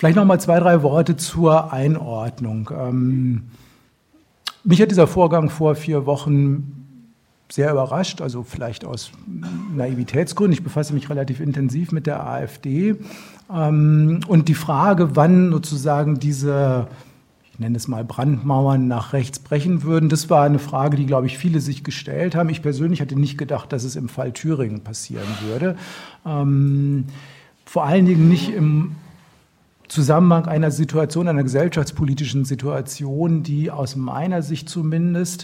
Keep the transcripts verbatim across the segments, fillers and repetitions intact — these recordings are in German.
Vielleicht noch mal zwei, drei Worte zur Einordnung. Ähm, mich hat dieser Vorgang vor vier Wochen sehr überrascht, also vielleicht aus Naivitätsgründen. Ich befasse mich relativ intensiv mit der AfD. Und die Frage, wann sozusagen diese, ich nenne es mal Brandmauern nach rechts brechen würden, das war eine Frage, die, glaube ich, viele sich gestellt haben. Ich persönlich hatte nicht gedacht, dass es im Fall Thüringen passieren würde. Vor allen Dingen nicht im Zusammenhang einer Situation, einer gesellschaftspolitischen Situation, die aus meiner Sicht zumindest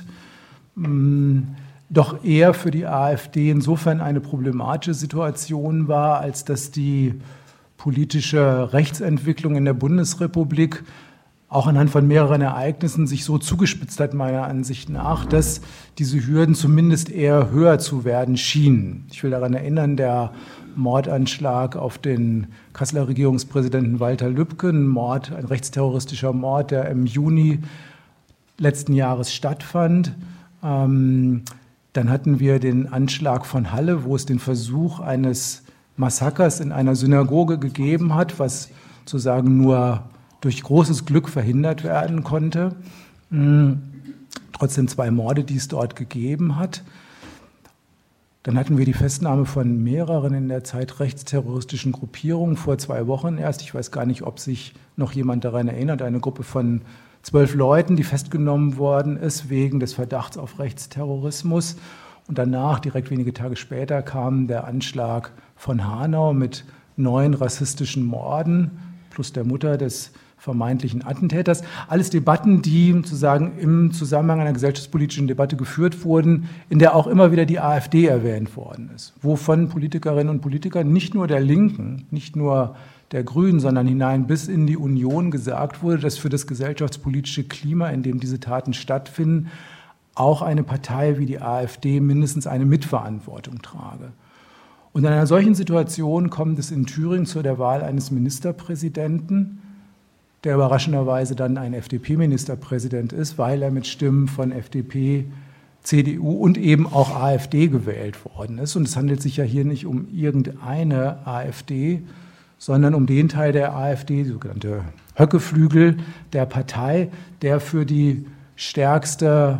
doch eher für die AfD insofern eine problematische Situation war, als dass die politische Rechtsentwicklung in der Bundesrepublik auch anhand von mehreren Ereignissen sich so zugespitzt hat, meiner Ansicht nach, dass diese Hürden zumindest eher höher zu werden schienen. Ich will daran erinnern, der Mordanschlag auf den Kasseler Regierungspräsidenten Walter Lübcke, ein Mord, ein rechtsterroristischer Mord, der im Juni letzten Jahres stattfand. Ähm, Dann hatten wir den Anschlag von Halle, wo es den Versuch eines Massakers in einer Synagoge gegeben hat, was sozusagen nur durch großes Glück verhindert werden konnte. Trotzdem zwei Morde, die es dort gegeben hat. Dann hatten wir die Festnahme von mehreren in der Zeit rechtsterroristischen Gruppierungen vor zwei Wochen erst. Ich weiß gar nicht, ob sich noch jemand daran erinnert. Eine Gruppe von zwölf Leuten, die festgenommen worden ist wegen des Verdachts auf Rechtsterrorismus. Und danach, direkt wenige Tage später, kam der Anschlag von Hanau mit neun rassistischen Morden plus der Mutter des vermeintlichen Attentäters. Alles Debatten, die sozusagen im Zusammenhang einer gesellschaftspolitischen Debatte geführt wurden, in der auch immer wieder die AfD erwähnt worden ist, wovon Politikerinnen und Politiker nicht nur der Linken, nicht nur der Grünen, sondern hinein bis in die Union gesagt wurde, dass für das gesellschaftspolitische Klima, in dem diese Taten stattfinden, auch eine Partei wie die AfD mindestens eine Mitverantwortung trage. Und in einer solchen Situation kommt es in Thüringen zu der Wahl eines Ministerpräsidenten, der überraschenderweise dann ein F D P-Ministerpräsident ist, weil er mit Stimmen von F D P, C D U und eben auch AfD gewählt worden ist. Und es handelt sich ja hier nicht um irgendeine AfD, sondern um den Teil der AfD, die sogenannte Höcke-Flügel der Partei, der für die stärkste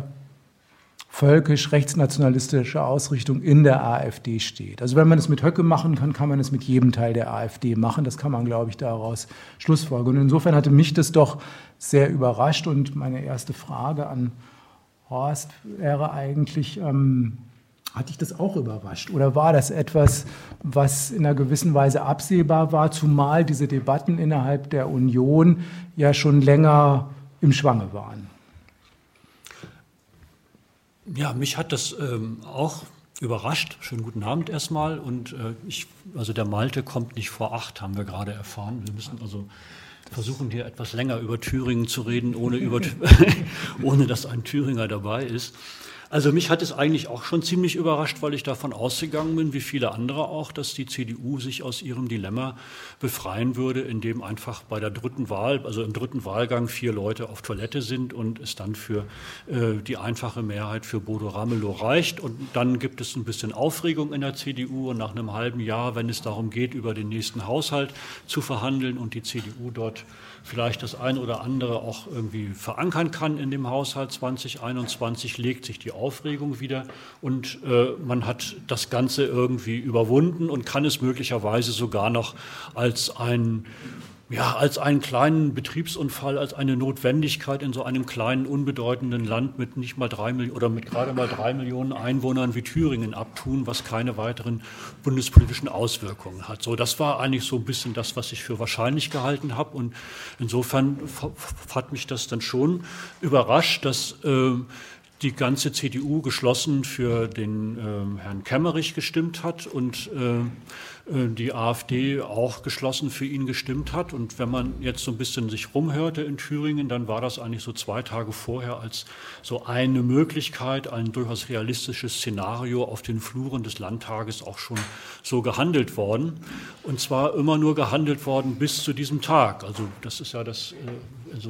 völkisch-rechtsnationalistische Ausrichtung in der AfD steht. Also wenn man es mit Höcke machen kann, kann man es mit jedem Teil der AfD machen. Das kann man, glaube ich, daraus schlussfolgern. Und insofern hatte mich das doch sehr überrascht. Und meine erste Frage an Horst wäre eigentlich, ähm, hat dich das auch überrascht? Oder war das etwas, was in einer gewissen Weise absehbar war, zumal diese Debatten innerhalb der Union ja schon länger im Schwange waren? Ja, mich hat das ähm, auch überrascht. Schönen guten Abend erstmal. Und äh, ich, also der Malte kommt nicht vor acht, haben wir gerade erfahren. Wir müssen also versuchen, hier etwas länger über Thüringen zu reden, ohne, über, ohne dass ein Thüringer dabei ist. Also mich hat es eigentlich auch schon ziemlich überrascht, weil ich davon ausgegangen bin, wie viele andere auch, dass die C D U sich aus ihrem Dilemma befreien würde, indem einfach bei der dritten Wahl, also im dritten Wahlgang vier Leute auf Toilette sind und es dann für äh, die einfache Mehrheit für Bodo Ramelow reicht. Und dann gibt es ein bisschen Aufregung in der C D U und nach einem halben Jahr, wenn es darum geht, über den nächsten Haushalt zu verhandeln und die C D U dort vielleicht das ein oder andere auch irgendwie verankern kann in dem Haushalt zwanzig einundzwanzig, legt sich die Aufregung wieder und äh, man hat das Ganze irgendwie überwunden und kann es möglicherweise sogar noch als ein Ja, als einen kleinen Betriebsunfall, als eine Notwendigkeit in so einem kleinen, unbedeutenden Land mit nicht mal drei Millionen oder mit gerade mal drei Millionen Einwohnern wie Thüringen abtun, was keine weiteren bundespolitischen Auswirkungen hat. So, das war eigentlich so ein bisschen das, was ich für wahrscheinlich gehalten habe. Und insofern hat mich das dann schon überrascht, dass äh, die ganze C D U geschlossen für den äh, Herrn Kemmerich gestimmt hat und äh, die AfD auch geschlossen für ihn gestimmt hat. Und wenn man jetzt so ein bisschen sich rumhörte in Thüringen, dann war das eigentlich so zwei Tage vorher als so eine Möglichkeit, ein durchaus realistisches Szenario auf den Fluren des Landtages auch schon so gehandelt worden. Und zwar immer nur gehandelt worden bis zu diesem Tag. Also das ist ja das, also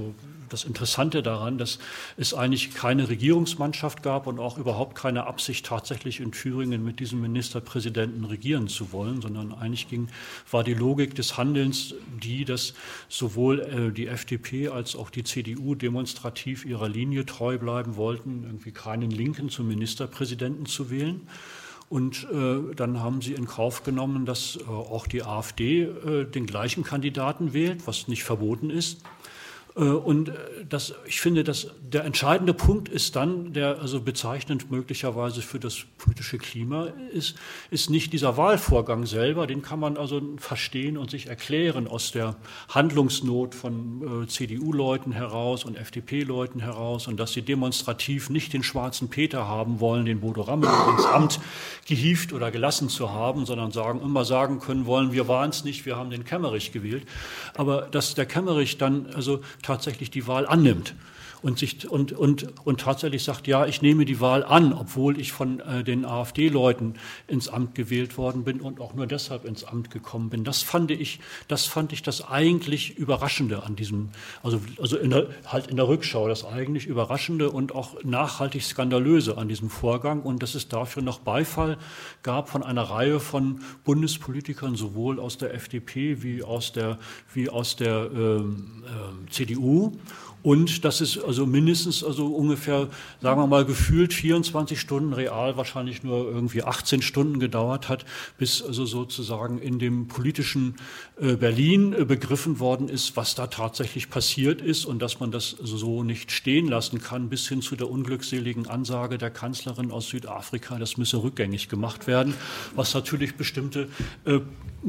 das Interessante daran, dass es eigentlich keine Regierungsmannschaft gab und auch überhaupt keine Absicht, tatsächlich in Thüringen mit diesem Ministerpräsidenten regieren zu wollen, sondern eigentlich ging, war die Logik des Handelns die, dass sowohl äh, die F D P als auch die C D U demonstrativ ihrer Linie treu bleiben wollten, irgendwie keinen Linken zum Ministerpräsidenten zu wählen. Und äh, dann haben sie in Kauf genommen, dass äh, auch die AfD äh, den gleichen Kandidaten wählt, was nicht verboten ist. Äh, und das, ich finde, dass der entscheidende Punkt ist dann, der also bezeichnend möglicherweise für das politische Klima ist, ist nicht dieser Wahlvorgang selber, den kann man also verstehen und sich erklären aus der Handlungsnot von äh, C D U-Leuten heraus und F D P-Leuten heraus und dass sie demonstrativ nicht den schwarzen Peter haben wollen, den Bodo Ramelow ins Amt gehievt oder gelassen zu haben, sondern sagen, immer sagen können wollen, wir waren es nicht, wir haben den Kemmerich gewählt. Aber dass der Kemmerich dann also tatsächlich die Wahl annimmt und, sich, und, und, und tatsächlich sagt, ja, ich nehme die Wahl an, obwohl ich von äh, den AfD-Leuten ins Amt gewählt worden bin und auch nur deshalb ins Amt gekommen bin. Das fand ich das, fand ich das eigentlich Überraschende an diesem, also, also in der, halt in der Rückschau, das eigentlich Überraschende und auch nachhaltig Skandalöse an diesem Vorgang und dass es dafür noch Beifall gab von einer Reihe von Bundespolitikern, sowohl aus der F D P wie aus der, wie aus der ähm, äh, C D U. Und dass es also mindestens also ungefähr, sagen wir mal, gefühlt vierundzwanzig Stunden, real wahrscheinlich nur irgendwie achtzehn Stunden gedauert hat, bis also sozusagen in dem politischen äh, Berlin äh, begriffen worden ist, was da tatsächlich passiert ist und dass man das so nicht stehen lassen kann, bis hin zu der unglückseligen Ansage der Kanzlerin aus Südafrika, das müsse rückgängig gemacht werden, was natürlich bestimmte äh,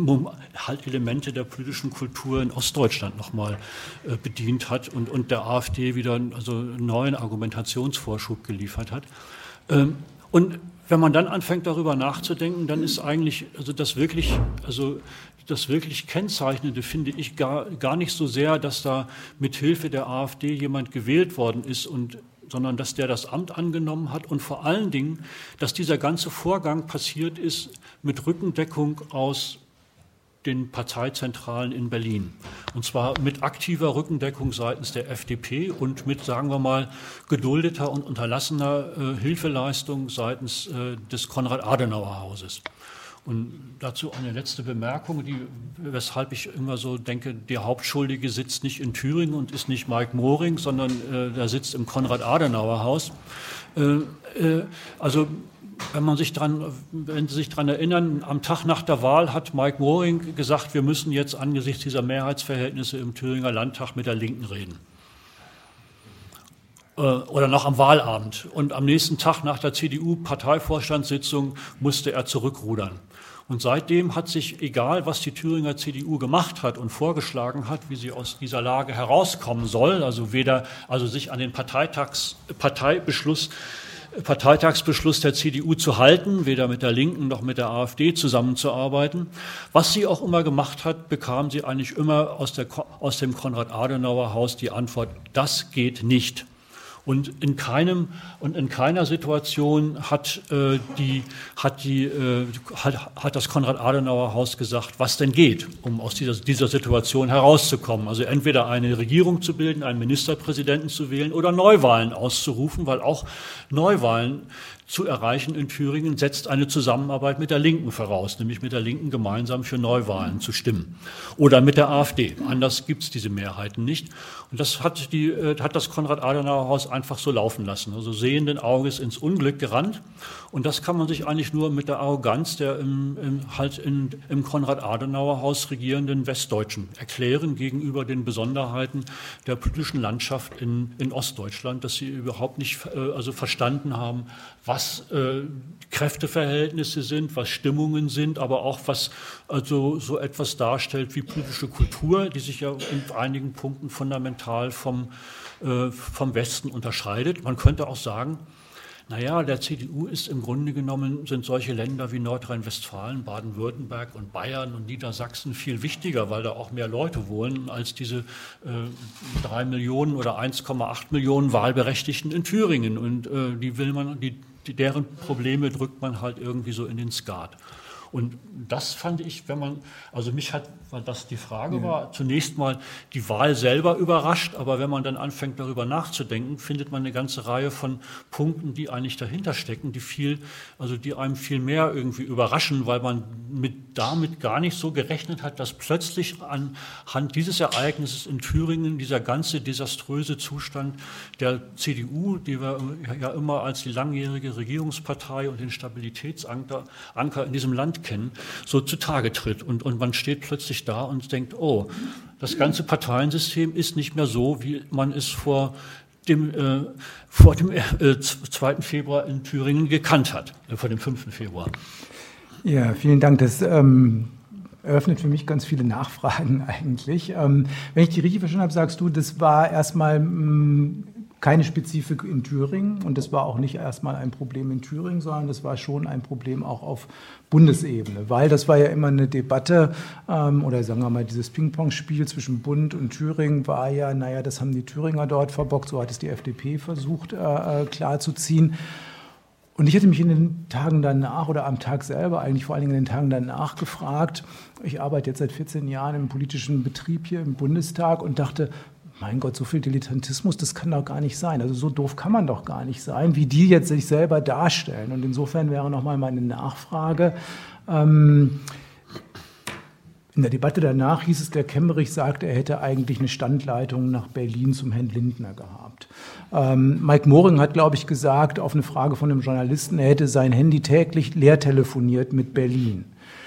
halt Elemente der politischen Kultur in Ostdeutschland nochmal äh, bedient hat und, und der AfD wieder also einen neuen Argumentationsvorschub geliefert hat. Ähm, und wenn man dann anfängt, darüber nachzudenken, dann ist eigentlich also das wirklich, also das wirklich Kennzeichnende finde ich gar, gar nicht so sehr, dass da mit Hilfe der AfD jemand gewählt worden ist und sondern dass der das Amt angenommen hat und vor allen Dingen, dass dieser ganze Vorgang passiert ist mit Rückendeckung aus den Parteizentralen in Berlin. Und zwar mit aktiver Rückendeckung seitens der F D P und mit, sagen wir mal, geduldeter und unterlassener äh, Hilfeleistung seitens äh, des Konrad-Adenauer-Hauses. Und dazu eine letzte Bemerkung, die, weshalb ich immer so denke, der Hauptschuldige sitzt nicht in Thüringen und ist nicht Mike Moring, sondern äh, der sitzt im Konrad-Adenauer-Haus. Äh, äh, also Wenn man sich dran, wenn Sie sich daran erinnern, am Tag nach der Wahl hat Mike Moring gesagt, wir müssen jetzt angesichts dieser Mehrheitsverhältnisse im Thüringer Landtag mit der Linken reden. Oder noch am Wahlabend. Und am nächsten Tag nach der C D U-Parteivorstandssitzung musste er zurückrudern. Und seitdem hat sich, egal was die Thüringer C D U gemacht hat und vorgeschlagen hat, wie sie aus dieser Lage herauskommen soll, also weder, also sich an den Parteitags, Parteibeschluss Parteitagsbeschluss der C D U zu halten, weder mit der Linken noch mit der AfD zusammenzuarbeiten. Was sie auch immer gemacht hat, bekam sie eigentlich immer aus, der, aus dem Konrad-Adenauer-Haus die Antwort, das geht nicht. Und in keinem und in keiner Situation hat äh, die hat die äh, hat, hat das Konrad-Adenauer-Haus gesagt, was denn geht, um aus dieser dieser Situation herauszukommen. Also entweder eine Regierung zu bilden, einen Ministerpräsidenten zu wählen oder Neuwahlen auszurufen, weil auch Neuwahlen zu erreichen in Thüringen setzt eine Zusammenarbeit mit der Linken voraus, nämlich mit der Linken gemeinsam für Neuwahlen zu stimmen oder mit der AfD. Anders gibt es diese Mehrheiten nicht. Und das hat, die, hat das Konrad-Adenauer-Haus einfach so laufen lassen, also sehenden Auges ins Unglück gerannt. Und das kann man sich eigentlich nur mit der Arroganz der im, im, halt in, im Konrad-Adenauer-Haus regierenden Westdeutschen erklären gegenüber den Besonderheiten der politischen Landschaft in, in Ostdeutschland, dass sie überhaupt nicht äh, also verstanden haben, was äh, Kräfteverhältnisse sind, was Stimmungen sind, aber auch was also so etwas darstellt wie politische Kultur, die sich ja in einigen Punkten fundamental vom, äh, vom Westen unterscheidet. Man könnte auch sagen, naja, der C D U ist im Grunde genommen, sind solche Länder wie Nordrhein-Westfalen, Baden-Württemberg und Bayern und Niedersachsen viel wichtiger, weil da auch mehr Leute wohnen als diese äh, drei Millionen oder eins Komma acht Millionen Wahlberechtigten in Thüringen. Und äh, die will man, die, die, deren Probleme drückt man halt irgendwie so in den Skat. Und das fand ich, wenn man, also mich hat, weil das die Frage ja. war, zunächst mal die Wahl selber überrascht, aber wenn man dann anfängt darüber nachzudenken, findet man eine ganze Reihe von Punkten, die eigentlich dahinter stecken, die viel, also die einem viel mehr irgendwie überraschen, weil man mit, damit gar nicht so gerechnet hat, dass plötzlich anhand dieses Ereignisses in Thüringen dieser ganze desaströse Zustand der C D U, die wir ja immer als die langjährige Regierungspartei und den Stabilitätsanker Anker in diesem Land kennen, so zutage tritt. Und, und man steht plötzlich da und denkt, oh, das ganze Parteiensystem ist nicht mehr so, wie man es vor dem, äh, vor dem äh, zweiten Februar in Thüringen gekannt hat, äh, vor dem fünften Februar. Ja, vielen Dank. Das ähm, eröffnet für mich ganz viele Nachfragen eigentlich. Ähm, wenn ich die richtig verstanden habe, sagst du, das war erstmal mh, keine Spezifik in Thüringen und das war auch nicht erstmal ein Problem in Thüringen, sondern das war schon ein Problem auch auf Bundesebene, weil das war ja immer eine Debatte ähm, oder sagen wir mal dieses Ping-Pong-Spiel zwischen Bund und Thüringen war ja, naja, das haben die Thüringer dort verbockt, so hat es die F D P versucht äh, klarzuziehen. Und ich hätte mich in den Tagen danach oder am Tag selber, eigentlich vor allen Dingen in den Tagen danach gefragt, ich arbeite jetzt seit vierzehn Jahren im politischen Betrieb hier im Bundestag und dachte, mein Gott, so viel Dilettantismus, das kann doch gar nicht sein. Also so doof kann man doch gar nicht sein, wie die jetzt sich selber darstellen. Und insofern wäre nochmal meine Nachfrage. Ähm, in der Debatte danach hieß es, der Kemmerich sagte, er hätte eigentlich eine Standleitung nach Berlin zum Herrn Lindner gehabt. Ähm, Mike Moring hat, glaube ich, gesagt, auf eine Frage von einem Journalisten, er hätte sein Handy täglich leer telefoniert mit Berlin.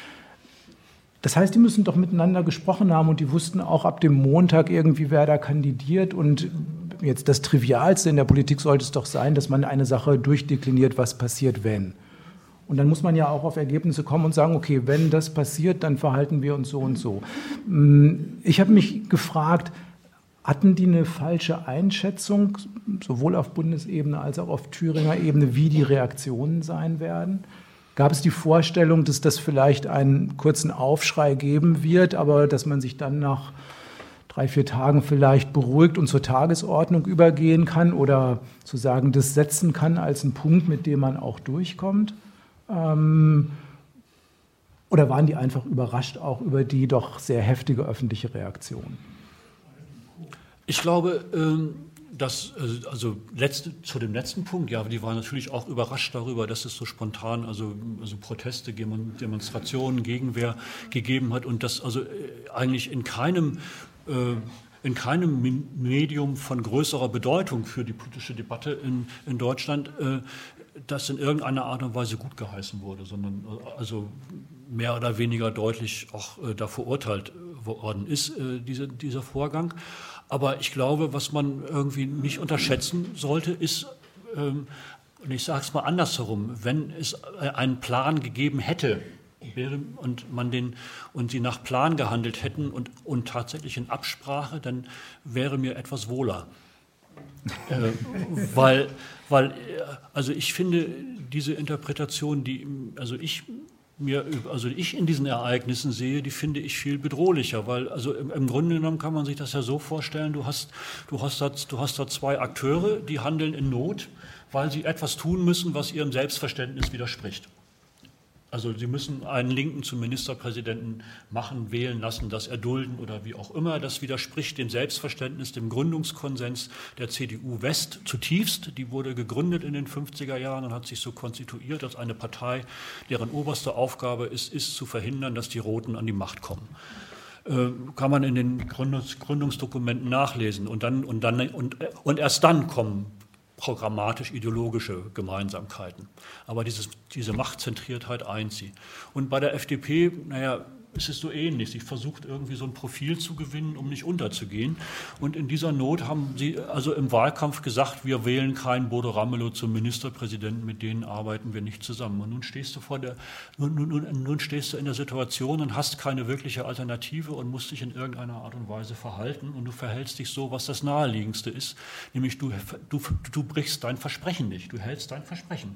Das heißt, die müssen doch miteinander gesprochen haben und die wussten auch ab dem Montag irgendwie, wer da kandidiert. Und jetzt das Trivialste in der Politik sollte es doch sein, dass man eine Sache durchdekliniert, was passiert, wenn. Und dann muss man ja auch auf Ergebnisse kommen und sagen, okay, wenn das passiert, dann verhalten wir uns so und so. Ich habe mich gefragt, hatten die eine falsche Einschätzung, sowohl auf Bundesebene als auch auf Thüringer Ebene, wie die Reaktionen sein werden? Gab es die Vorstellung, dass das vielleicht einen kurzen Aufschrei geben wird, aber dass man sich dann nach drei, vier Tagen vielleicht beruhigt und zur Tagesordnung übergehen kann oder zu sagen, das setzen kann als einen Punkt, mit dem man auch durchkommt? Ähm, oder waren die einfach überrascht auch über die doch sehr heftige öffentliche Reaktion? Ich glaube, ähm Das, also letzte, zu dem letzten Punkt, ja, die waren natürlich auch überrascht darüber, dass es so spontan, also, also Proteste, Demonstrationen, Gegenwehr gegeben hat und dass also eigentlich in keinem, äh, in keinem Medium von größerer Bedeutung für die politische Debatte in, in Deutschland äh, das in irgendeiner Art und Weise gut geheißen wurde, sondern also mehr oder weniger deutlich auch äh, da verurteilt worden ist, äh, diese, dieser Vorgang. Aber ich glaube, was man irgendwie nicht unterschätzen sollte, ist, ähm, und ich sage es mal andersherum, wenn es einen Plan gegeben hätte und man den und sie nach Plan gehandelt hätten und, und tatsächlich in Absprache, dann wäre mir etwas wohler. äh, weil, weil, also ich finde diese Interpretation, die, also ich mir, also ich in diesen Ereignissen sehe, die finde ich viel bedrohlicher, weil also im, im Grunde genommen kann man sich das ja so vorstellen, du hast, du hast da, du hast da zwei Akteure, die handeln in Not, weil sie etwas tun müssen, was ihrem Selbstverständnis widerspricht. Also sie müssen einen Linken zum Ministerpräsidenten machen, wählen lassen, das erdulden oder wie auch immer. Das widerspricht dem Selbstverständnis, dem Gründungskonsens der C D U West zutiefst. Die wurde gegründet in den fünfziger Jahren und hat sich so konstituiert als eine Partei, deren oberste Aufgabe ist, ist zu verhindern, dass die Roten an die Macht kommen. Äh, kann man in den Gründungs- Gründungsdokumenten nachlesen. Und, dann, und, dann, und, und erst dann kommen programmatisch-ideologische Gemeinsamkeiten. Aber dieses, diese Machtzentriertheit eint sie. Und bei der F D P, naja, es ist so ähnlich. Sie versucht irgendwie so ein Profil zu gewinnen, um nicht unterzugehen. Und in dieser Not haben sie also im Wahlkampf gesagt, wir wählen keinen Bodo Ramelow zum Ministerpräsidenten, mit denen arbeiten wir nicht zusammen. Und nun stehst du vor der, nun, nun, nun stehst du in der Situation und hast keine wirkliche Alternative und musst dich in irgendeiner Art und Weise verhalten. Und du verhältst dich so, was das Naheliegendste ist, nämlich du, du, du brichst dein Versprechen nicht. Du hältst dein Versprechen.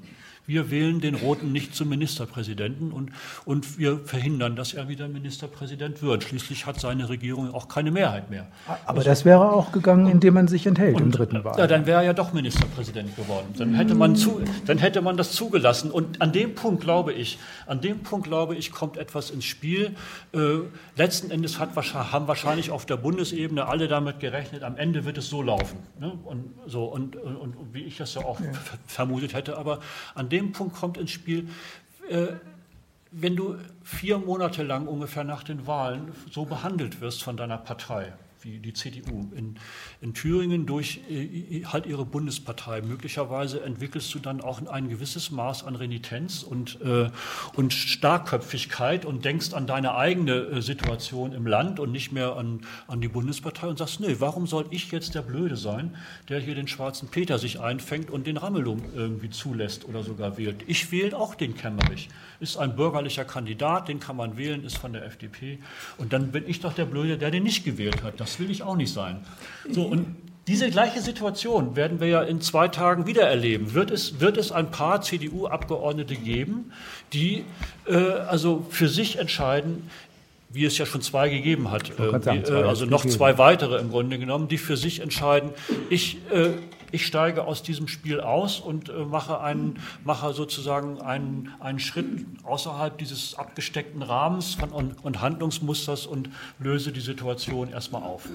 wir wählen den Roten nicht zum Ministerpräsidenten und, und wir verhindern, dass er wieder Ministerpräsident wird. Schließlich hat seine Regierung auch keine Mehrheit mehr. Aber also, das wäre auch gegangen, indem man sich enthält und, im dritten Wahl. Ja, dann wäre er ja doch Ministerpräsident geworden. Dann hätte man zu, dann hätte man das zugelassen. Und an dem Punkt glaube ich, an dem Punkt glaube ich, kommt etwas ins Spiel. Äh, letzten Endes hat, haben wahrscheinlich auf der Bundesebene alle damit gerechnet, am Ende wird es so laufen. Ne? Und, so, und, und, und wie ich das ja auch ja. vermutet hätte. Aber an dem Punkt kommt ins Spiel, äh, wenn du vier Monate lang ungefähr nach den Wahlen so behandelt wirst von deiner Partei, wie die C D U in, in Thüringen durch äh, halt ihre Bundespartei. Möglicherweise entwickelst du dann auch ein gewisses Maß an Renitenz und, äh, und Starkköpfigkeit und denkst an deine eigene äh, Situation im Land und nicht mehr an, an die Bundespartei und sagst, nee, warum soll ich jetzt der Blöde sein, der hier den schwarzen Peter sich einfängt und den Ramelow irgendwie zulässt oder sogar wählt. Ich wähle auch den Kemmerich. Ist ein bürgerlicher Kandidat, den kann man wählen, ist von der F D P. Und dann bin ich doch der Blöde, der den nicht gewählt hat. Das will ich auch nicht sein. So, und diese gleiche Situation werden wir ja in zwei Tagen wieder erleben. Wird es, wird es ein paar C D U-Abgeordnete geben, die äh, also für sich entscheiden, wie es ja schon zwei gegeben hat, äh, sagen, die, äh, also noch gegeben. zwei weitere im Grunde genommen, die für sich entscheiden, ich, äh, ich steige aus diesem Spiel aus und äh, mache, einen, mache sozusagen einen, einen Schritt außerhalb dieses abgesteckten Rahmens von, und, und Handlungsmusters und löse die Situation erstmal auf.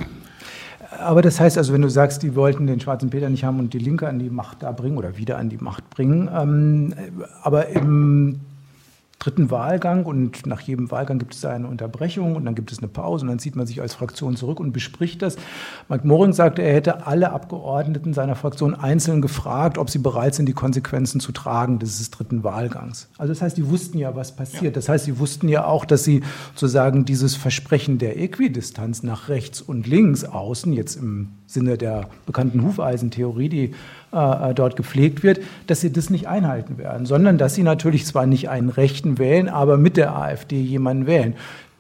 Aber das heißt also, wenn du sagst, die wollten den schwarzen Peter nicht haben und die Linke an die Macht da bringen oder wieder an die Macht bringen, ähm, aber im dritten Wahlgang und nach jedem Wahlgang gibt es eine Unterbrechung und dann gibt es eine Pause und dann zieht man sich als Fraktion zurück und bespricht das. Mike Moring sagte, er hätte alle Abgeordneten seiner Fraktion einzeln gefragt, ob sie bereit sind, die Konsequenzen zu tragen dieses dritten Wahlgangs. Also das heißt, die wussten ja, was passiert. Ja. Das heißt, sie wussten ja auch, dass sie sozusagen dieses Versprechen der Äquidistanz nach rechts und links außen, jetzt im Sinne der bekannten Hufeisentheorie, die äh, dort gepflegt wird, dass sie das nicht einhalten werden, sondern dass sie natürlich zwar nicht einen Rechten wählen, aber mit der AfD jemanden wählen.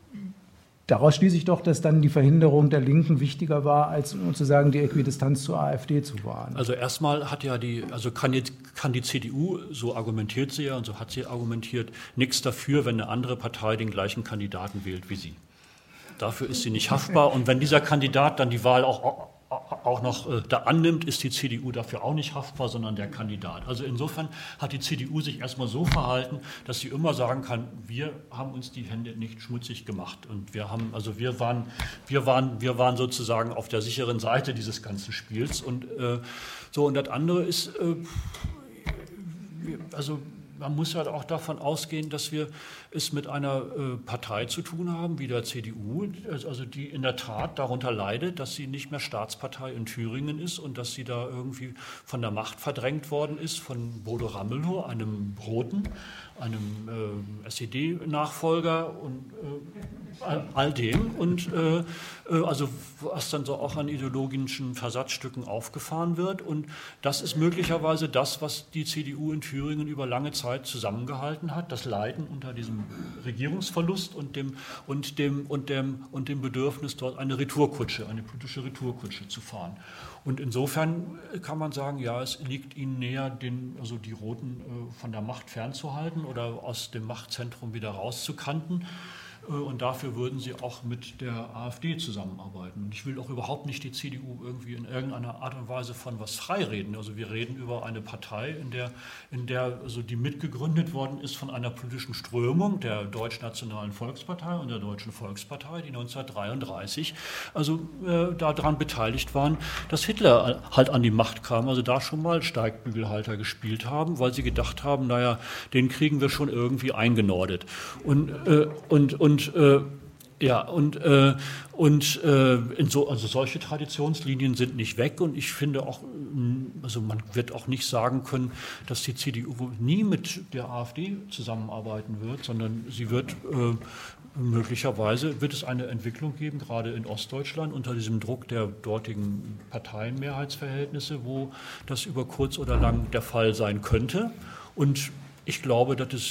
Daraus schließe ich doch, dass dann die Verhinderung der Linken wichtiger war, als sozusagen die Äquidistanz zur AfD zu wahren. Also erstmal hat ja die, also kann die, kann die C D U, so argumentiert sie ja und so hat sie argumentiert, nichts dafür, wenn eine andere Partei den gleichen Kandidaten wählt wie sie. Dafür ist sie nicht haftbar und wenn dieser Kandidat dann die Wahl auch auch noch äh, da annimmt, ist die C D U dafür auch nicht haftbar, sondern der Kandidat. Also insofern hat die C D U sich erstmal so verhalten, dass sie immer sagen kann, wir haben uns die Hände nicht schmutzig gemacht und wir haben, also wir waren, wir waren, wir waren sozusagen auf der sicheren Seite dieses ganzen Spiels und äh, so und das andere ist, äh, also man muss halt auch davon ausgehen, dass wir es mit einer äh, Partei zu tun haben, wie der C D U, also die in der Tat darunter leidet, dass sie nicht mehr Staatspartei in Thüringen ist und dass sie da irgendwie von der Macht verdrängt worden ist, von Bodo Ramelow, einem Roten, einem äh, S E D-Nachfolger und äh, all, all dem. Und äh, also was dann so auch an ideologischen Versatzstücken aufgefahren wird. Und das ist möglicherweise das, was die C D U in Thüringen über lange Zeit zusammengehalten hat, das Leiden unter diesem Regierungsverlust und dem, und dem, und dem, und dem Bedürfnis, dort eine Retourkutsche, eine politische Retourkutsche zu fahren. Und insofern kann man sagen, ja, es liegt ihnen näher, den, also die Roten äh, von der Macht fernzuhalten oder aus dem Machtzentrum wieder rauszukanten. Und dafür würden sie auch mit der AfD zusammenarbeiten. Und ich will auch überhaupt nicht die C D U irgendwie in irgendeiner Art und Weise von was freireden. Also wir reden über eine Partei, in der, in der also die mitgegründet worden ist von einer politischen Strömung, der Deutschnationalen Volkspartei und der Deutschen Volkspartei, die neunzehnhundertdreiunddreißig also äh, daran beteiligt waren, dass Hitler halt an die Macht kam. Also da schon mal Steigbügelhalter gespielt haben, weil sie gedacht haben, naja, den kriegen wir schon irgendwie eingenordet. Und, äh, und, und Und, äh, ja, und, äh, und äh, in so, also solche Traditionslinien sind nicht weg und ich finde auch, also man wird auch nicht sagen können, dass die C D U nie mit der AfD zusammenarbeiten wird, sondern sie wird äh, möglicherweise, wird es eine Entwicklung geben, gerade in Ostdeutschland unter diesem Druck der dortigen Parteienmehrheitsverhältnisse, wo das über kurz oder lang der Fall sein könnte und ich glaube, dass es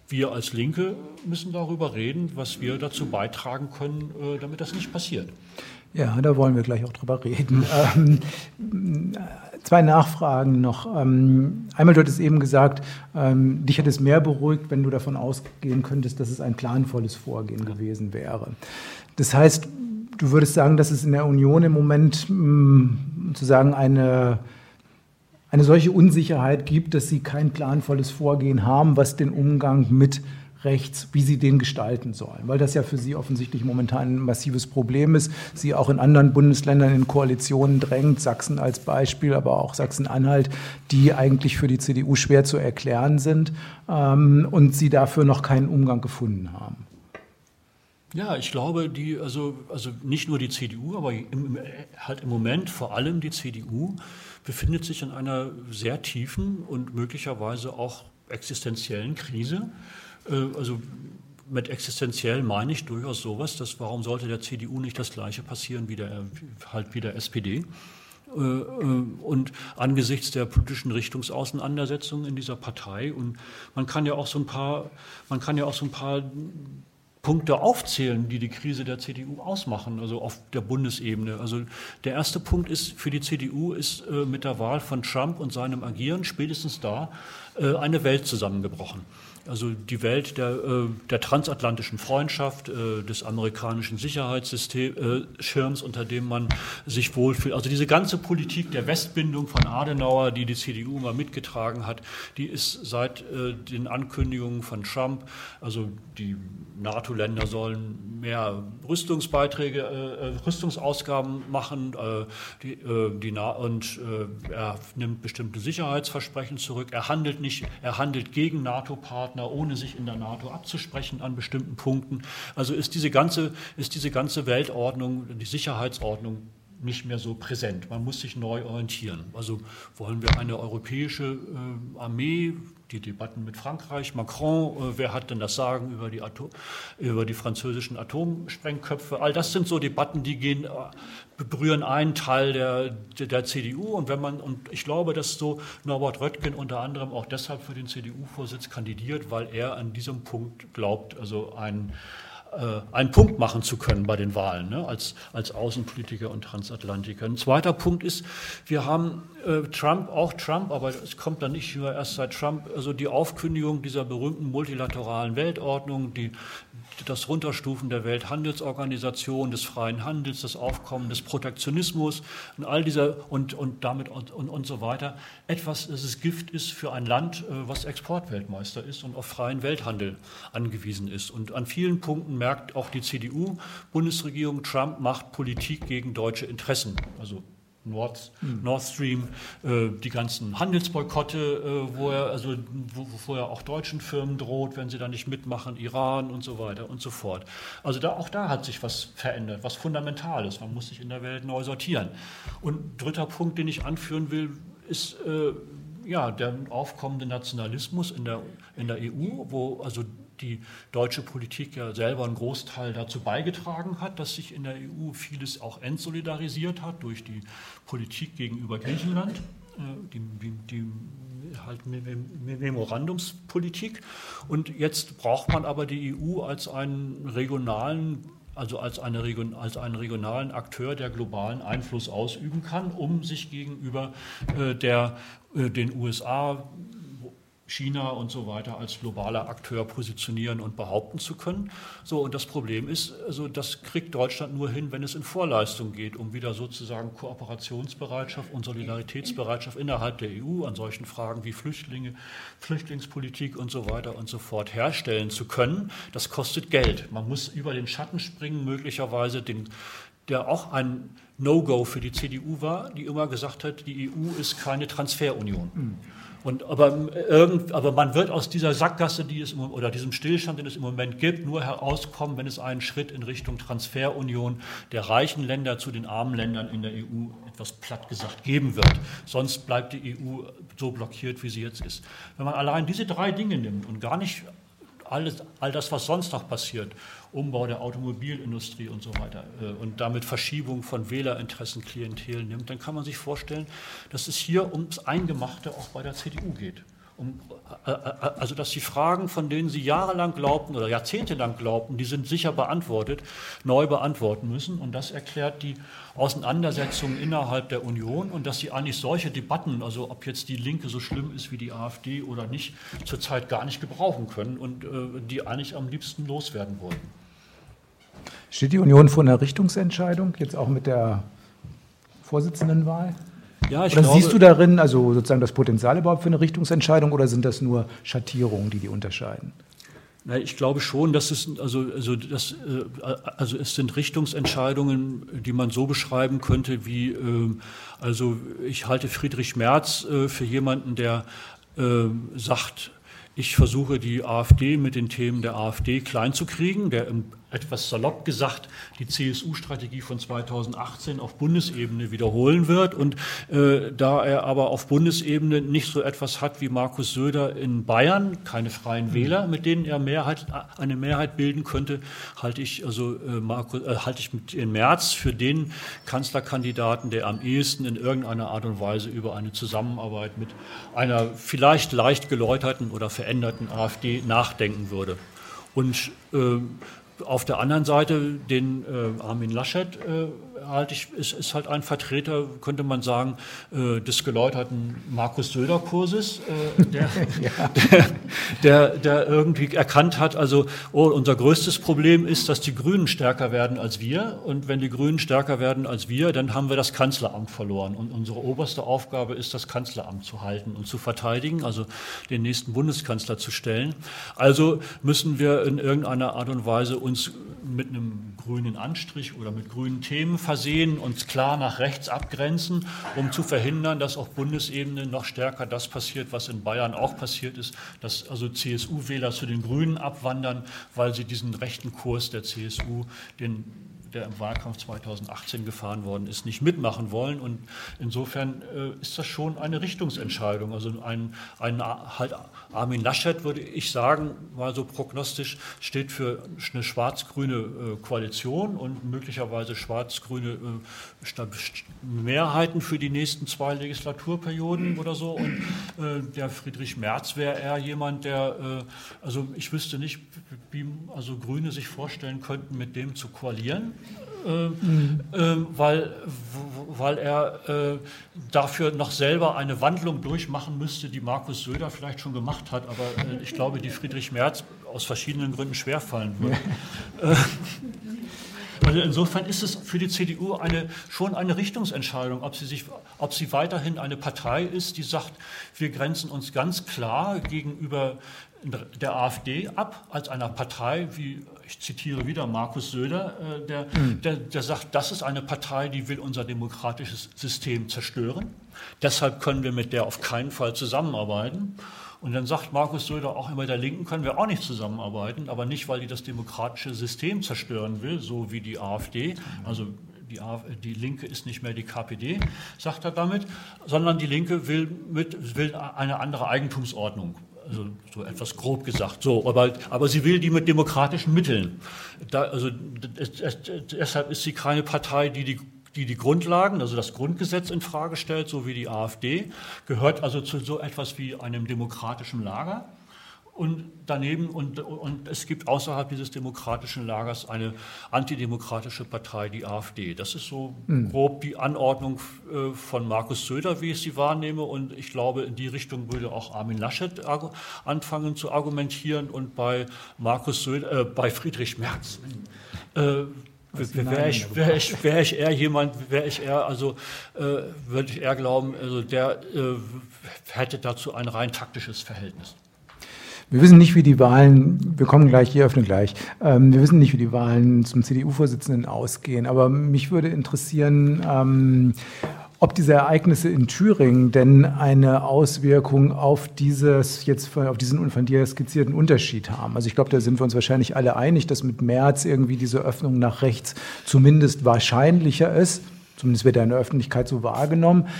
wir als Linke müssen darüber reden, was wir dazu beitragen können, damit das nicht passiert. Ja, da wollen wir gleich auch drüber reden. ähm, zwei Nachfragen noch. Ähm, einmal, du hattest eben gesagt, ähm, dich hätte es mehr beruhigt, wenn du davon ausgehen könntest, dass es ein planvolles Vorgehen ja. gewesen wäre. Das heißt, du würdest sagen, dass es in der Union im Moment mh, sozusagen eine, eine solche Unsicherheit gibt, dass sie kein planvolles Vorgehen haben, was den Umgang mit rechts, wie sie den gestalten sollen, weil das ja für sie offensichtlich momentan ein massives Problem ist, sie auch in anderen Bundesländern in Koalitionen drängt, Sachsen als Beispiel, aber auch Sachsen-Anhalt, die eigentlich für die C D U schwer zu erklären sind ähm, und sie dafür noch keinen Umgang gefunden haben. Ja, ich glaube, die, also, also nicht nur die C D U, aber im, halt im Moment vor allem die C D U befindet sich in einer sehr tiefen und möglicherweise auch existenziellen Krise. Also mit existenziell meine ich durchaus sowas, dass warum sollte der C D U nicht das Gleiche passieren wie der, halt wie der S P D? Und angesichts der politischen Richtungsauseinandersetzungen in dieser Partei, und man kann ja auch so ein paar, man kann ja auch so ein paar Punkte aufzählen, die die Krise der C D U ausmachen, also auf der Bundesebene. Also der erste Punkt ist für die C D U ist äh, mit der Wahl von Trump und seinem Agieren spätestens da äh, eine Welt zusammengebrochen. Also die Welt der, äh, der transatlantischen Freundschaft, äh, des amerikanischen Sicherheitsschirms, äh, unter dem man sich wohlfühlt. Also diese ganze Politik der Westbindung von Adenauer, die die C D U mal mitgetragen hat, die ist seit äh, den Ankündigungen von Trump, also die NATO-Länder sollen mehr Rüstungsbeiträge, äh, Rüstungsausgaben machen, äh, die, äh, die Na- und äh, er nimmt bestimmte Sicherheitsversprechen zurück. Er handelt nicht, er handelt gegen NATO-Partner, ohne sich in der NATO abzusprechen an bestimmten Punkten. Also ist diese ganze, ist diese ganze Weltordnung, die Sicherheitsordnung nicht mehr so präsent. Man muss sich neu orientieren. Also wollen wir eine europäische äh, Armee, die Debatten mit Frankreich, Macron, äh, wer hat denn das Sagen über die, Atom, über die französischen Atomsprengköpfe? All das sind so Debatten, die gehen, äh, berühren einen Teil der, der, der C D U. Und wenn man, und ich glaube, dass so Norbert Röttgen unter anderem auch deshalb für den C D U-Vorsitz kandidiert, weil er an diesem Punkt glaubt, also ein einen Punkt machen zu können bei den Wahlen, ne, als, als Außenpolitiker und Transatlantiker. Ein zweiter Punkt ist, wir haben äh, Trump, auch Trump, aber es kommt dann nicht nur erst seit Trump, also die Aufkündigung dieser berühmten multilateralen Weltordnung, die, das Runterstufen der Welthandelsorganisation, des freien Handels, das Aufkommen des Protektionismus und all dieser und, und damit und, und, und so weiter. Etwas, das es Gift ist für ein Land, was Exportweltmeister ist und auf freien Welthandel angewiesen ist. Und an vielen Punkten merkt auch die C D U-Bundesregierung, Trump macht Politik gegen deutsche Interessen. Also Nord, Nord Stream, äh, die ganzen Handelsboykotte, äh, wo er also wo, wo er auch deutschen Firmen droht, wenn sie da nicht mitmachen, Iran und so weiter und so fort. Also da, auch da hat sich was verändert, was Fundamentales. Man muss sich in der Welt neu sortieren. Und dritter Punkt, den ich anführen will, ist äh, ja der aufkommende Nationalismus in der in der E U, wo also die deutsche Politik ja selber einen Großteil dazu beigetragen hat, dass sich in der E U vieles auch entsolidarisiert hat durch die Politik gegenüber Griechenland, die, die, die halt Memorandumspolitik. Und jetzt braucht man aber die E U als einen regionalen, also als, eine, als einen regionalen Akteur, der globalen Einfluss ausüben kann, um sich gegenüber äh, der, äh, den U S A, China und so weiter als globaler Akteur positionieren und behaupten zu können. So, und das Problem ist, also das kriegt Deutschland nur hin, wenn es in Vorleistung geht, um wieder sozusagen Kooperationsbereitschaft und Solidaritätsbereitschaft innerhalb der E U an solchen Fragen wie Flüchtlinge, Flüchtlingspolitik und so weiter und so fort herstellen zu können. Das kostet Geld. Man muss über den Schatten springen, möglicherweise den, der auch ein No-Go für die C D U war, die immer gesagt hat, die E U ist keine Transferunion. Mhm. Und aber, irgend, aber man wird aus dieser Sackgasse, die es im, oder diesem Stillstand, den es im Moment gibt, nur herauskommen, wenn es einen Schritt in Richtung Transferunion der reichen Länder zu den armen Ländern in der E U, etwas platt gesagt, geben wird. Sonst bleibt die E U so blockiert, wie sie jetzt ist. Wenn man allein diese drei Dinge nimmt und gar nicht alles, all das, was sonst noch passiert, Umbau der Automobilindustrie und so weiter und damit Verschiebung von Wählerinteressen, Klientel nimmt, dann kann man sich vorstellen, dass es hier ums Eingemachte auch bei der C D U geht. Um, also dass die Fragen, von denen Sie jahrelang glaubten oder jahrzehntelang glaubten, die sind sicher beantwortet, neu beantworten müssen. Und das erklärt die Auseinandersetzungen innerhalb der Union und dass Sie eigentlich solche Debatten, also ob jetzt die Linke so schlimm ist wie die AfD oder nicht, zurzeit gar nicht gebrauchen können und äh, die eigentlich am liebsten loswerden wollten. Steht die Union vor einer Richtungsentscheidung, jetzt auch mit der Vorsitzendenwahl? Ja, ich oder glaube, siehst du darin also sozusagen das Potenzial überhaupt für eine Richtungsentscheidung oder sind das nur Schattierungen, die die unterscheiden? Na, ich glaube schon, dass es also also das also es sind Richtungsentscheidungen, die man so beschreiben könnte wie also ich halte Friedrich Merz für jemanden, der sagt, ich versuche die AfD mit den Themen der AfD klein zu kriegen, der etwas salopp gesagt die C S U-Strategie von zweitausendachtzehn auf Bundesebene wiederholen wird. Und äh, da er aber auf Bundesebene nicht so etwas hat wie Markus Söder in Bayern, keine freien Wähler, mit denen er Mehrheit, eine Mehrheit bilden könnte, halte ich also äh, Markus, äh, halte ich mit in Merz für den Kanzlerkandidaten, der am ehesten in irgendeiner Art und Weise über eine Zusammenarbeit mit einer vielleicht leicht geläuterten oder veränderten AfD nachdenken würde. Und äh, auf der anderen Seite den äh, Armin Laschet äh, halte ich, ist, ist halt ein Vertreter, könnte man sagen, äh, des geläuterten Markus-Söder-Kurses, äh, der, ja. der, der, der irgendwie erkannt hat, also oh, unser größtes Problem ist, dass die Grünen stärker werden als wir und wenn die Grünen stärker werden als wir, dann haben wir das Kanzleramt verloren und unsere oberste Aufgabe ist, das Kanzleramt zu halten und zu verteidigen, also den nächsten Bundeskanzler zu stellen. Also müssen wir in irgendeiner Art und Weise uns mit einem grünen Anstrich oder mit grünen Themen versehen, uns klar nach rechts abgrenzen, um zu verhindern, dass auf Bundesebene noch stärker das passiert, was in Bayern auch passiert ist, dass also C S U-Wähler zu den Grünen abwandern, weil sie diesen rechten Kurs der C S U, den der im Wahlkampf zweitausendachtzehn gefahren worden ist, nicht mitmachen wollen. Und insofern äh, ist das schon eine Richtungsentscheidung. Also ein, ein halt Armin Laschet, würde ich sagen, mal so prognostisch, steht für eine schwarz-grüne äh, Koalition und möglicherweise schwarz-grüne äh, Mehrheiten für die nächsten zwei Legislaturperioden oder so. Und äh, der Friedrich Merz wäre eher jemand, der, äh, also ich wüsste nicht, wie also Grüne sich vorstellen könnten, mit dem zu koalieren. Äh, mhm. äh, weil, weil er äh, dafür noch selber eine Wandlung durchmachen müsste, die Markus Söder vielleicht schon gemacht hat, aber äh, ich glaube, die Friedrich Merz aus verschiedenen Gründen schwerfallen würde. Ja. Äh, also insofern ist es für die C D U eine, schon eine Richtungsentscheidung, ob sie, sich, ob sie weiterhin eine Partei ist, die sagt, wir grenzen uns ganz klar gegenüber der AfD ab, als einer Partei, wie ich zitiere wieder Markus Söder, äh, der, mhm. der, der sagt, das ist eine Partei, die will unser demokratisches System zerstören. Deshalb können wir mit der auf keinen Fall zusammenarbeiten. Und dann sagt Markus Söder auch immer, der Linken können wir auch nicht zusammenarbeiten, aber nicht, weil die das demokratische System zerstören will, so wie die AfD, also die, die Linke ist nicht mehr die K P D, sagt er damit, sondern die Linke will, mit, will eine andere Eigentumsordnung. Also so etwas grob gesagt. So, aber, aber sie will die mit demokratischen Mitteln. Da, also, deshalb ist sie keine Partei, die die, die die Grundlagen, also das Grundgesetz in Frage stellt, so wie die AfD, gehört also zu so etwas wie einem demokratischen Lager. Und daneben, und, und es gibt außerhalb dieses demokratischen Lagers eine antidemokratische Partei, die AfD. Das ist so mhm. grob die Anordnung äh, von Markus Söder, wie ich sie wahrnehme. Und ich glaube, in die Richtung würde auch Armin Laschet anfangen zu argumentieren. Und bei Markus Söder, äh, bei Friedrich Merz äh, wäre ich, wär ich, wär ich eher jemand, wäre ich eher, also äh, würde ich eher glauben, also der äh, hätte dazu ein rein taktisches Verhältnis. Wir wissen nicht, wie die Wahlen, wir kommen gleich, hier öffnen gleich, ähm, wir wissen nicht, wie die Wahlen zum C D U-Vorsitzenden ausgehen, aber mich würde interessieren, ähm, ob diese Ereignisse in Thüringen denn eine Auswirkung auf dieses jetzt auf diesen von dir skizzierten Unterschied haben. Also ich glaube, da sind wir uns wahrscheinlich alle einig, dass mit Merz irgendwie diese Öffnung nach rechts zumindest wahrscheinlicher ist. Zumindest wird er in der Öffentlichkeit so wahrgenommen.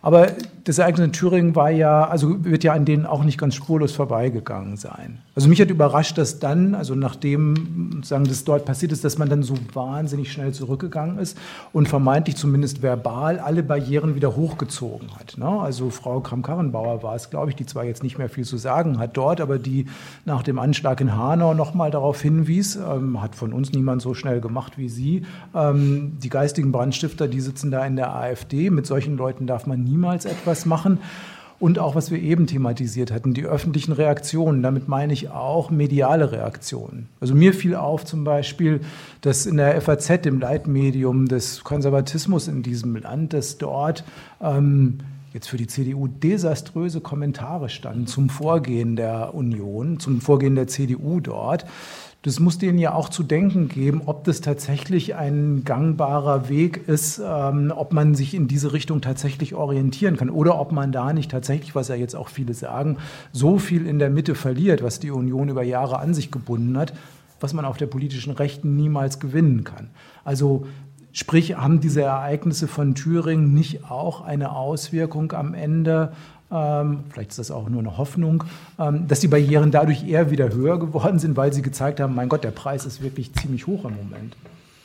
Aber das Ereignis in Thüringen war ja, also wird ja an denen auch nicht ganz spurlos vorbeigegangen sein. Also mich hat überrascht, dass dann, also nachdem sozusagen das dort passiert ist, dass man dann so wahnsinnig schnell zurückgegangen ist und vermeintlich zumindest verbal alle Barrieren wieder hochgezogen hat. Ne? Also Frau Kramp-Karrenbauer war es, glaube ich, die zwar jetzt nicht mehr viel zu sagen hat dort, aber die nach dem Anschlag in Hanau nochmal darauf hinwies, ähm, hat von uns niemand so schnell gemacht wie sie. Ähm, die geistigen Brandstifter, die sitzen da in der AfD. Mit solchen Leuten darf man niemals etwas machen. Und auch, was wir eben thematisiert hatten, die öffentlichen Reaktionen. Damit meine ich auch mediale Reaktionen. Also mir fiel auf zum Beispiel, dass in der F A Z, dem Leitmedium des Konservatismus in diesem Land, dass dort ähm, jetzt für die C D U desaströse Kommentare standen zum Vorgehen der Union, zum Vorgehen der C D U dort. Das muss denen ja auch zu denken geben, ob das tatsächlich ein gangbarer Weg ist, ähm, ob man sich in diese Richtung tatsächlich orientieren kann oder ob man da nicht tatsächlich, was ja jetzt auch viele sagen, so viel in der Mitte verliert, was die Union über Jahre an sich gebunden hat, was man auf der politischen Rechten niemals gewinnen kann. Also sprich, haben diese Ereignisse von Thüringen nicht auch eine Auswirkung am Ende? Ähm, vielleicht ist das auch nur eine Hoffnung, ähm, dass die Barrieren dadurch eher wieder höher geworden sind, weil sie gezeigt haben, mein Gott, der Preis ist wirklich ziemlich hoch im Moment.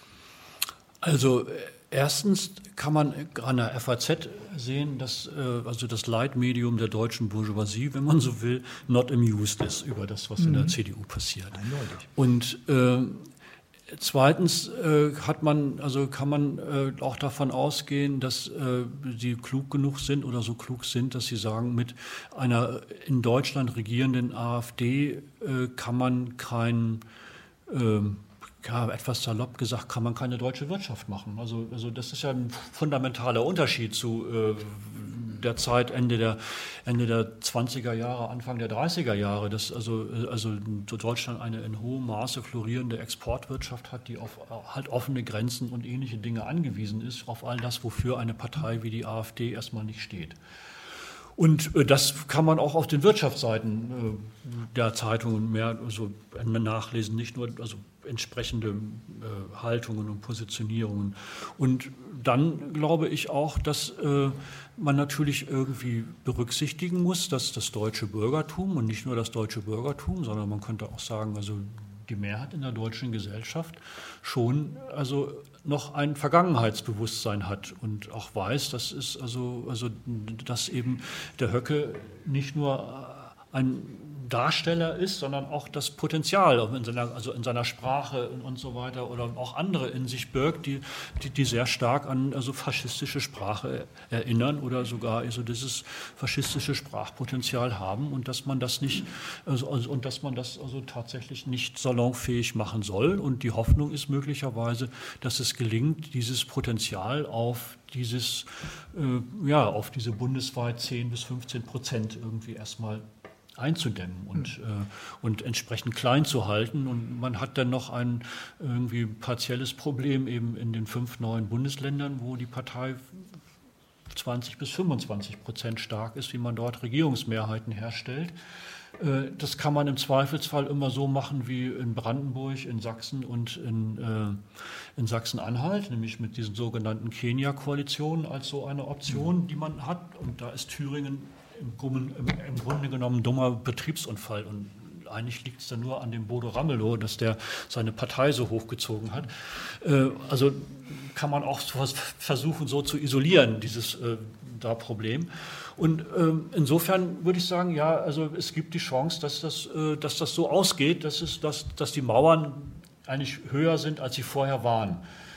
Also erstens kann man an der F A Z sehen, dass äh, also das Leitmedium der deutschen Bourgeoisie, wenn man so will, not amused ist über das, was mhm. in der C D U passiert. Eindeutig. Und äh, Zweitens äh, hat man, also kann man äh, auch davon ausgehen, dass äh, sie klug genug sind oder so klug sind, dass sie sagen, mit einer in Deutschland regierenden AfD äh, kann man kein, äh, ja, etwas salopp gesagt, kann man keine deutsche Wirtschaft machen. Also, also das ist ja ein fundamentaler Unterschied zu äh, der Zeit Ende der, Ende der zwanziger Jahre, Anfang der dreißiger Jahre, dass also, also Deutschland eine in hohem Maße florierende Exportwirtschaft hat, die auf halt offene Grenzen und ähnliche Dinge angewiesen ist, auf all das, wofür eine Partei wie die AfD erstmal nicht steht. Und äh, das kann man auch auf den Wirtschaftsseiten äh, der Zeitungen mehr so nachlesen, nicht nur also entsprechende äh, Haltungen und Positionierungen. Und dann glaube ich auch, dass äh, man natürlich irgendwie berücksichtigen muss, dass das deutsche Bürgertum und nicht nur das deutsche Bürgertum, sondern man könnte auch sagen, also die Mehrheit in der deutschen Gesellschaft schon also noch ein Vergangenheitsbewusstsein hat und auch weiß, dass es also, also dass eben der Höcke nicht nur ein Darsteller ist, sondern auch das Potenzial in seiner, also in seiner Sprache und so weiter oder auch andere in sich birgt, die, die, die sehr stark an also faschistische Sprache erinnern oder sogar also dieses faschistische Sprachpotenzial haben und dass man das nicht also, also, und dass man das also tatsächlich nicht salonfähig machen soll. Und die Hoffnung ist möglicherweise, dass es gelingt, dieses Potenzial auf dieses äh, ja auf diese bundesweit zehn bis fünfzehn Prozent irgendwie erstmal einzudämmen und, mhm. äh, und entsprechend klein zu halten. Und man hat dann noch ein irgendwie partielles Problem eben in den fünf neuen Bundesländern, wo die Partei zwanzig bis fünfundzwanzig Prozent stark ist, wie man dort Regierungsmehrheiten herstellt. Äh, das kann man im Zweifelsfall immer so machen wie in Brandenburg, in Sachsen und in, äh, in Sachsen-Anhalt, nämlich mit diesen sogenannten Kenia-Koalitionen als so eine Option, mhm. die man hat. Und da ist Thüringen Im Grunde, im Grunde genommen ein dummer Betriebsunfall und eigentlich liegt es dann nur an dem Bodo Ramelow, dass der seine Partei so hochgezogen hat. Äh, also kann man auch sowas versuchen, so zu isolieren, dieses äh, da Problem. Und äh, insofern würde ich sagen, ja, also es gibt die Chance, dass das, äh, dass das so ausgeht, dass, es, dass, dass die Mauern eigentlich höher sind, als sie vorher waren.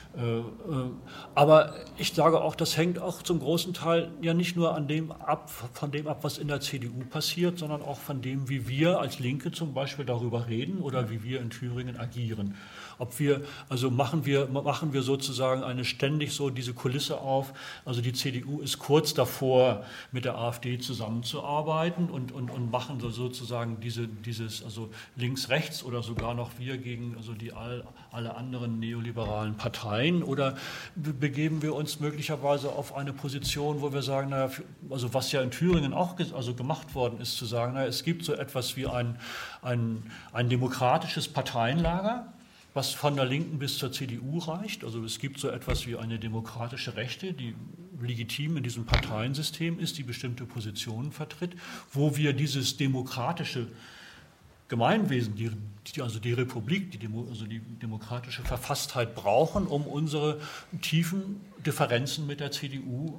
Aber ich sage auch, das hängt auch zum großen Teil ja nicht nur an dem ab, von dem ab, was in der C D U passiert, sondern auch von dem, wie wir als Linke zum Beispiel darüber reden oder wie wir in Thüringen agieren. Ob wir, also machen wir, machen wir sozusagen eine ständig so diese Kulisse auf, also die C D U ist kurz davor, mit der AfD zusammenzuarbeiten und, und, und machen so sozusagen diese, dieses, also links-rechts oder sogar noch wir gegen also die all, alle anderen neoliberalen Parteien, oder begeben wir uns möglicherweise auf eine Position, wo wir sagen, naja, also was ja in Thüringen auch also gemacht worden ist, zu sagen, naja, es gibt so etwas wie ein, ein, ein demokratisches Parteienlager, was von der Linken bis zur C D U reicht. Also es gibt so etwas wie eine demokratische Rechte, die legitim in diesem Parteiensystem ist, die bestimmte Positionen vertritt, wo wir dieses demokratische Gemeinwesen, die, die, also die Republik, die, Demo, also die demokratische Verfasstheit brauchen, um unsere tiefen Differenzen mit der C D U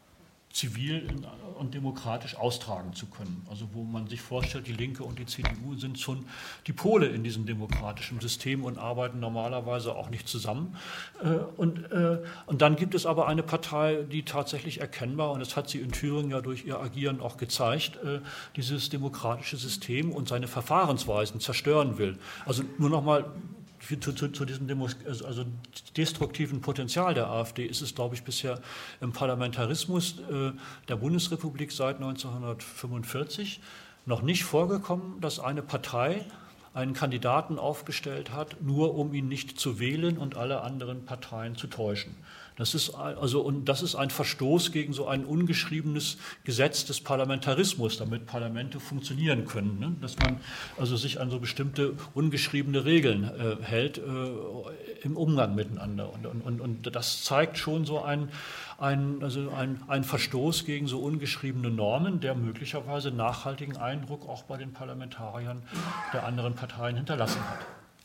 zivil und demokratisch austragen zu können. Also wo man sich vorstellt, die Linke und die C D U sind schon die Pole in diesem demokratischen System und arbeiten normalerweise auch nicht zusammen. Und, und dann gibt es aber eine Partei, die tatsächlich erkennbar, und das hat sie in Thüringen ja durch ihr Agieren auch gezeigt, dieses demokratische System und seine Verfahrensweisen zerstören will. Also nur noch mal Zu, zu, zu diesem Demo, also destruktiven Potenzial der AfD ist es, glaube ich, bisher im Parlamentarismus äh, der Bundesrepublik seit neunzehnhundertfünfundvierzig noch nicht vorgekommen, dass eine Partei einen Kandidaten aufgestellt hat, nur um ihn nicht zu wählen und alle anderen Parteien zu täuschen. Das ist, also, und das ist ein Verstoß gegen so ein ungeschriebenes Gesetz des Parlamentarismus, damit Parlamente funktionieren können, ne? Dass man also sich an so bestimmte ungeschriebene Regeln äh, hält äh, im Umgang miteinander. Und, und, und das zeigt schon so ein, ein, also ein, ein Verstoß gegen so ungeschriebene Normen, der möglicherweise nachhaltigen Eindruck auch bei den Parlamentariern der anderen Parteien hinterlassen hat.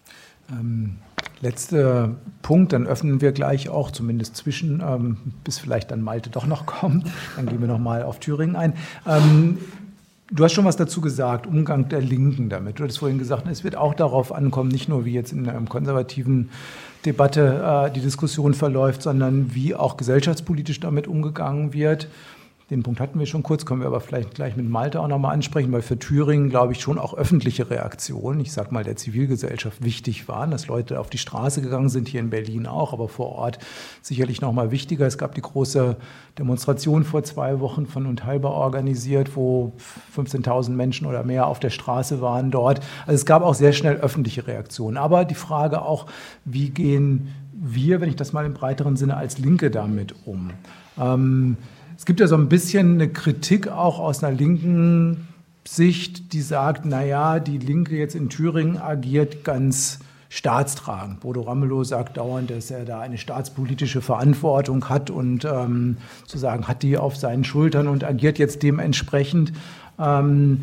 Ähm, letzter Punkt, dann öffnen wir gleich auch, zumindest zwischen, ähm, bis vielleicht dann Malte doch noch kommt. Dann gehen wir noch mal auf Thüringen ein. Ähm, du hast schon was dazu gesagt, Umgang der Linken damit. Du hattest vorhin gesagt, es wird auch darauf ankommen, nicht nur wie jetzt in einer konservativen Debatte äh, die Diskussion verläuft, sondern wie auch gesellschaftspolitisch damit umgegangen wird. Den Punkt hatten wir schon kurz, können wir aber vielleicht gleich mit Malte auch nochmal ansprechen, weil für Thüringen, glaube ich, schon auch öffentliche Reaktionen, ich sage mal der Zivilgesellschaft, wichtig waren, dass Leute auf die Straße gegangen sind, hier in Berlin auch, aber vor Ort sicherlich nochmal wichtiger. Es gab die große Demonstration vor zwei Wochen von Unteilbar organisiert, wo fünfzehntausend Menschen oder mehr auf der Straße waren dort. Also es gab auch sehr schnell öffentliche Reaktionen. Aber die Frage auch, wie gehen wir, wenn ich das mal im breiteren Sinne als Linke damit um? Ähm, Es gibt ja so ein bisschen eine Kritik auch aus einer linken Sicht, die sagt, naja, die Linke jetzt in Thüringen agiert ganz staatstragend. Bodo Ramelow sagt dauernd, dass er da eine staatspolitische Verantwortung hat und ähm, sozusagen hat die auf seinen Schultern und agiert jetzt dementsprechend. Ähm,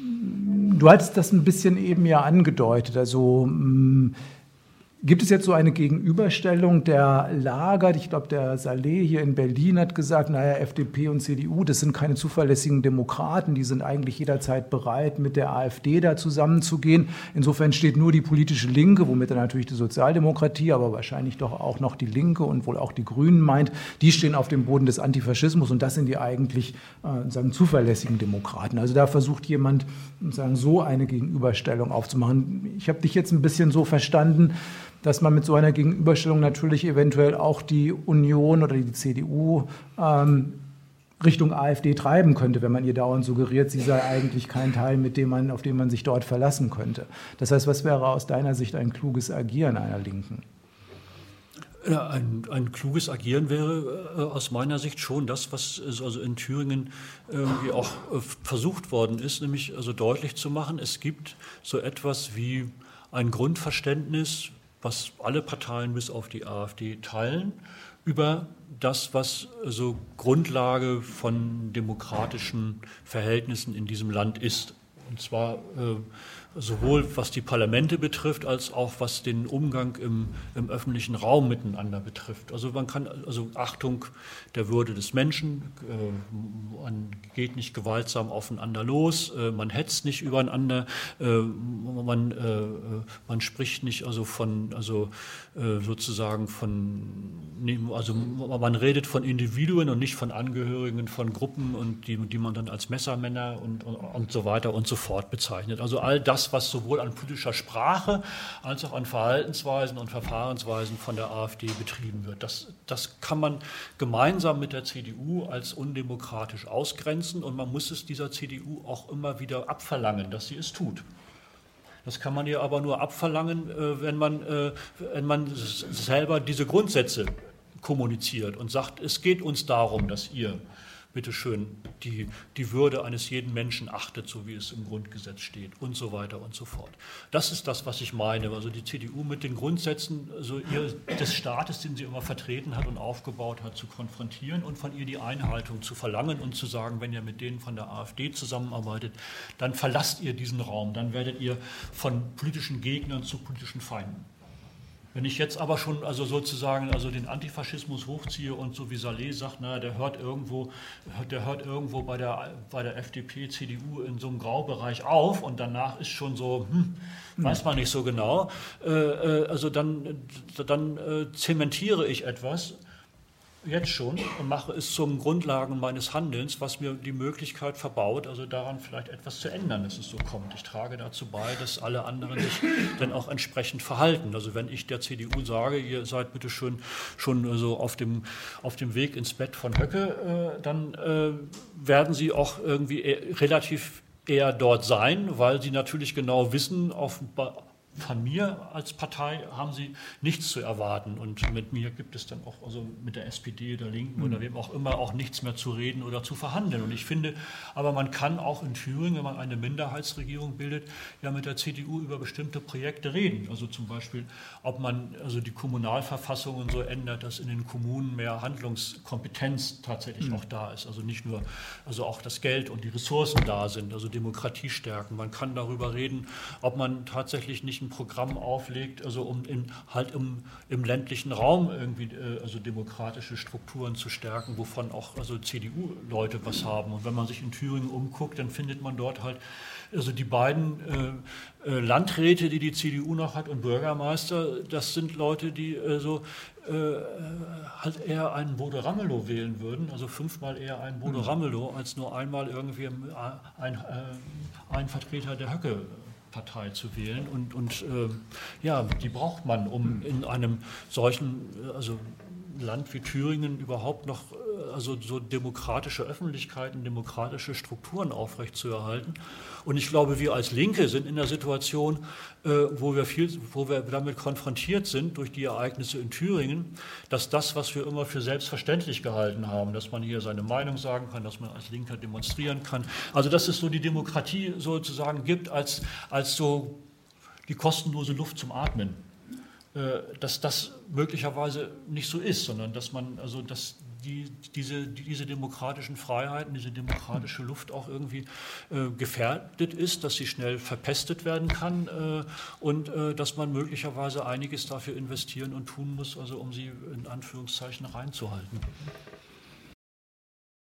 du hattest das ein bisschen eben ja angedeutet, also mh, gibt es jetzt so eine Gegenüberstellung der Lager? Ich glaube, der Saleh hier in Berlin hat gesagt, naja, F D P und C D U, das sind keine zuverlässigen Demokraten, die sind eigentlich jederzeit bereit, mit der AfD da zusammenzugehen. Insofern steht nur die politische Linke, womit er natürlich die Sozialdemokratie, aber wahrscheinlich doch auch noch die Linke und wohl auch die Grünen meint, die stehen auf dem Boden des Antifaschismus und das sind die eigentlich äh, sagen, zuverlässigen Demokraten. Also da versucht jemand sagen, so eine Gegenüberstellung aufzumachen. Ich habe dich jetzt ein bisschen so verstanden, dass man mit so einer Gegenüberstellung natürlich eventuell auch die Union oder die C D U ähm, Richtung AfD treiben könnte, wenn man ihr dauernd suggeriert, sie sei eigentlich kein Teil, mit dem man, auf den man sich dort verlassen könnte. Das heißt, was wäre aus deiner Sicht ein kluges Agieren einer Linken? Ja, ein, ein kluges Agieren wäre äh, aus meiner Sicht schon das, was also in Thüringen irgendwie auch äh, versucht worden ist, nämlich also deutlich zu machen, es gibt so etwas wie ein Grundverständnis, was alle Parteien bis auf die AfD teilen, über das, was so Grundlage von demokratischen Verhältnissen in diesem Land ist. Und zwar äh, sowohl was die Parlamente betrifft, als auch was den Umgang im, im öffentlichen Raum miteinander betrifft. Also man kann, also Achtung der Würde des Menschen, äh, man geht nicht gewaltsam aufeinander los, äh, man hetzt nicht übereinander, äh, man, äh, man spricht nicht also von, also äh, sozusagen von, also man redet von Individuen und nicht von Angehörigen von Gruppen und die, die man dann als Messermänner und, und, und so weiter und so fort bezeichnet. Also all das, was sowohl an politischer Sprache als auch an Verhaltensweisen und Verfahrensweisen von der AfD betrieben wird. Das, das kann man gemeinsam mit der C D U als undemokratisch ausgrenzen und man muss es dieser C D U auch immer wieder abverlangen, dass sie es tut. Das kann man ihr aber nur abverlangen, wenn man, wenn man selber diese Grundsätze kommuniziert und sagt, es geht uns darum, dass ihr bitteschön, die, die Würde eines jeden Menschen achtet, so wie es im Grundgesetz steht und so weiter und so fort. Das ist das, was ich meine. Also die C D U mit den Grundsätzen also ihr, des Staates, den sie immer vertreten hat und aufgebaut hat, zu konfrontieren und von ihr die Einhaltung zu verlangen und zu sagen, wenn ihr mit denen von der AfD zusammenarbeitet, dann verlasst ihr diesen Raum, dann werdet ihr von politischen Gegnern zu politischen Feinden. Wenn ich jetzt aber schon also sozusagen also den Antifaschismus hochziehe und so wie Saleh sagt, na, der hört irgendwo, der hört irgendwo bei der, bei der F D P, C D U in so einem Graubereich auf und danach ist schon so, hm, weiß man nicht so genau, äh, also dann, dann äh, zementiere ich etwas, jetzt schon, und mache es zum Grundlagen meines Handelns, was mir die Möglichkeit verbaut, also daran vielleicht etwas zu ändern, dass es so kommt. Ich trage dazu bei, dass alle anderen sich dann auch entsprechend verhalten. Also wenn ich der C D U sage, ihr seid bitte schön schon also auf dem, auf dem Weg ins Bett von Höcke, äh, dann äh, werden sie auch irgendwie eher, relativ eher dort sein, weil sie natürlich genau wissen, auf von mir als Partei haben sie nichts zu erwarten und mit mir gibt es dann auch, also mit der S P D, der Linken oder wem auch immer, auch nichts mehr zu reden oder zu verhandeln. Und ich finde, aber man kann auch in Thüringen, wenn man eine Minderheitsregierung bildet, ja mit der C D U über bestimmte Projekte reden. Also zum Beispiel, ob man also die Kommunalverfassungen so ändert, dass in den Kommunen mehr Handlungskompetenz tatsächlich mhm. auch da ist. Also nicht nur, also auch das Geld und die Ressourcen da sind, also Demokratie stärken. Man kann darüber reden, ob man tatsächlich nicht ein Programm auflegt, also um in, halt im, im ländlichen Raum irgendwie äh, also demokratische Strukturen zu stärken, wovon auch also C D U-Leute was haben. Und wenn man sich in Thüringen umguckt, dann findet man dort halt also die beiden äh, äh, Landräte, die die C D U noch hat und Bürgermeister, das sind Leute, die äh, so äh, halt eher einen Bodo Ramelow wählen würden, also fünfmal eher einen Bodo mhm. Ramelow als nur einmal irgendwie ein, ein, ein Vertreter der Höcke Partei zu wählen und, und äh, ja, die braucht man, um in einem solchen also Land wie Thüringen überhaupt noch also so demokratische Öffentlichkeiten, demokratische Strukturen aufrechtzuerhalten. Und ich glaube, wir als Linke sind in der Situation, äh, wo wir viel, wo wir damit konfrontiert sind durch die Ereignisse in Thüringen, dass das, was wir immer für selbstverständlich gehalten haben, dass man hier seine Meinung sagen kann, dass man als Linker demonstrieren kann, also dass es so die Demokratie sozusagen gibt als, als so die kostenlose Luft zum Atmen, äh, dass das möglicherweise nicht so ist, sondern dass man also dass Die, diese, diese demokratischen Freiheiten, diese demokratische Luft auch irgendwie äh, gefährdet ist, dass sie schnell verpestet werden kann äh, und äh, dass man möglicherweise einiges dafür investieren und tun muss, also um sie in Anführungszeichen reinzuhalten.